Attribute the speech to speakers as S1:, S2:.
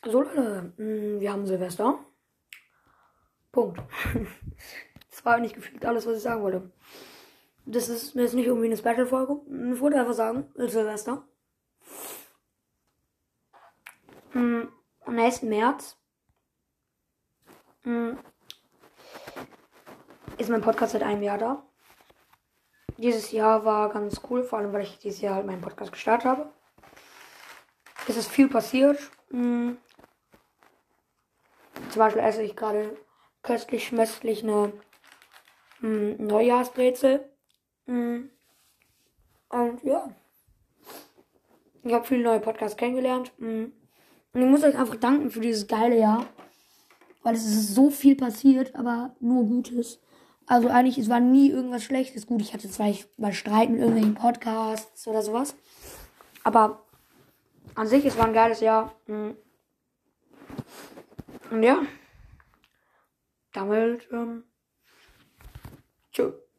S1: So Leute, wir haben Silvester. Punkt. Das war nicht gefühlt alles, was ich sagen wollte. Das ist jetzt nicht irgendwie eine Special-Folge. Ich wollte einfach sagen, Silvester. Am nächsten März ist mein Podcast seit einem Jahr da. Dieses Jahr war ganz cool, vor allem weil ich dieses Jahr halt meinen Podcast gestartet habe. Es ist viel passiert. Zum Beispiel esse ich gerade köstlich schmestlich eine Neujahrsbrezel. Und ja, ich habe viele neue Podcasts kennengelernt. Und ich muss euch einfach danken für dieses geile Jahr. Weil es ist so viel passiert, aber nur Gutes. Also eigentlich, es war nie irgendwas Schlechtes. Gut, ich hatte zwar mal Streit mit irgendwelchen Podcasts oder sowas. Aber an sich, es war ein geiles Jahr. Und ja, damit, tschüss.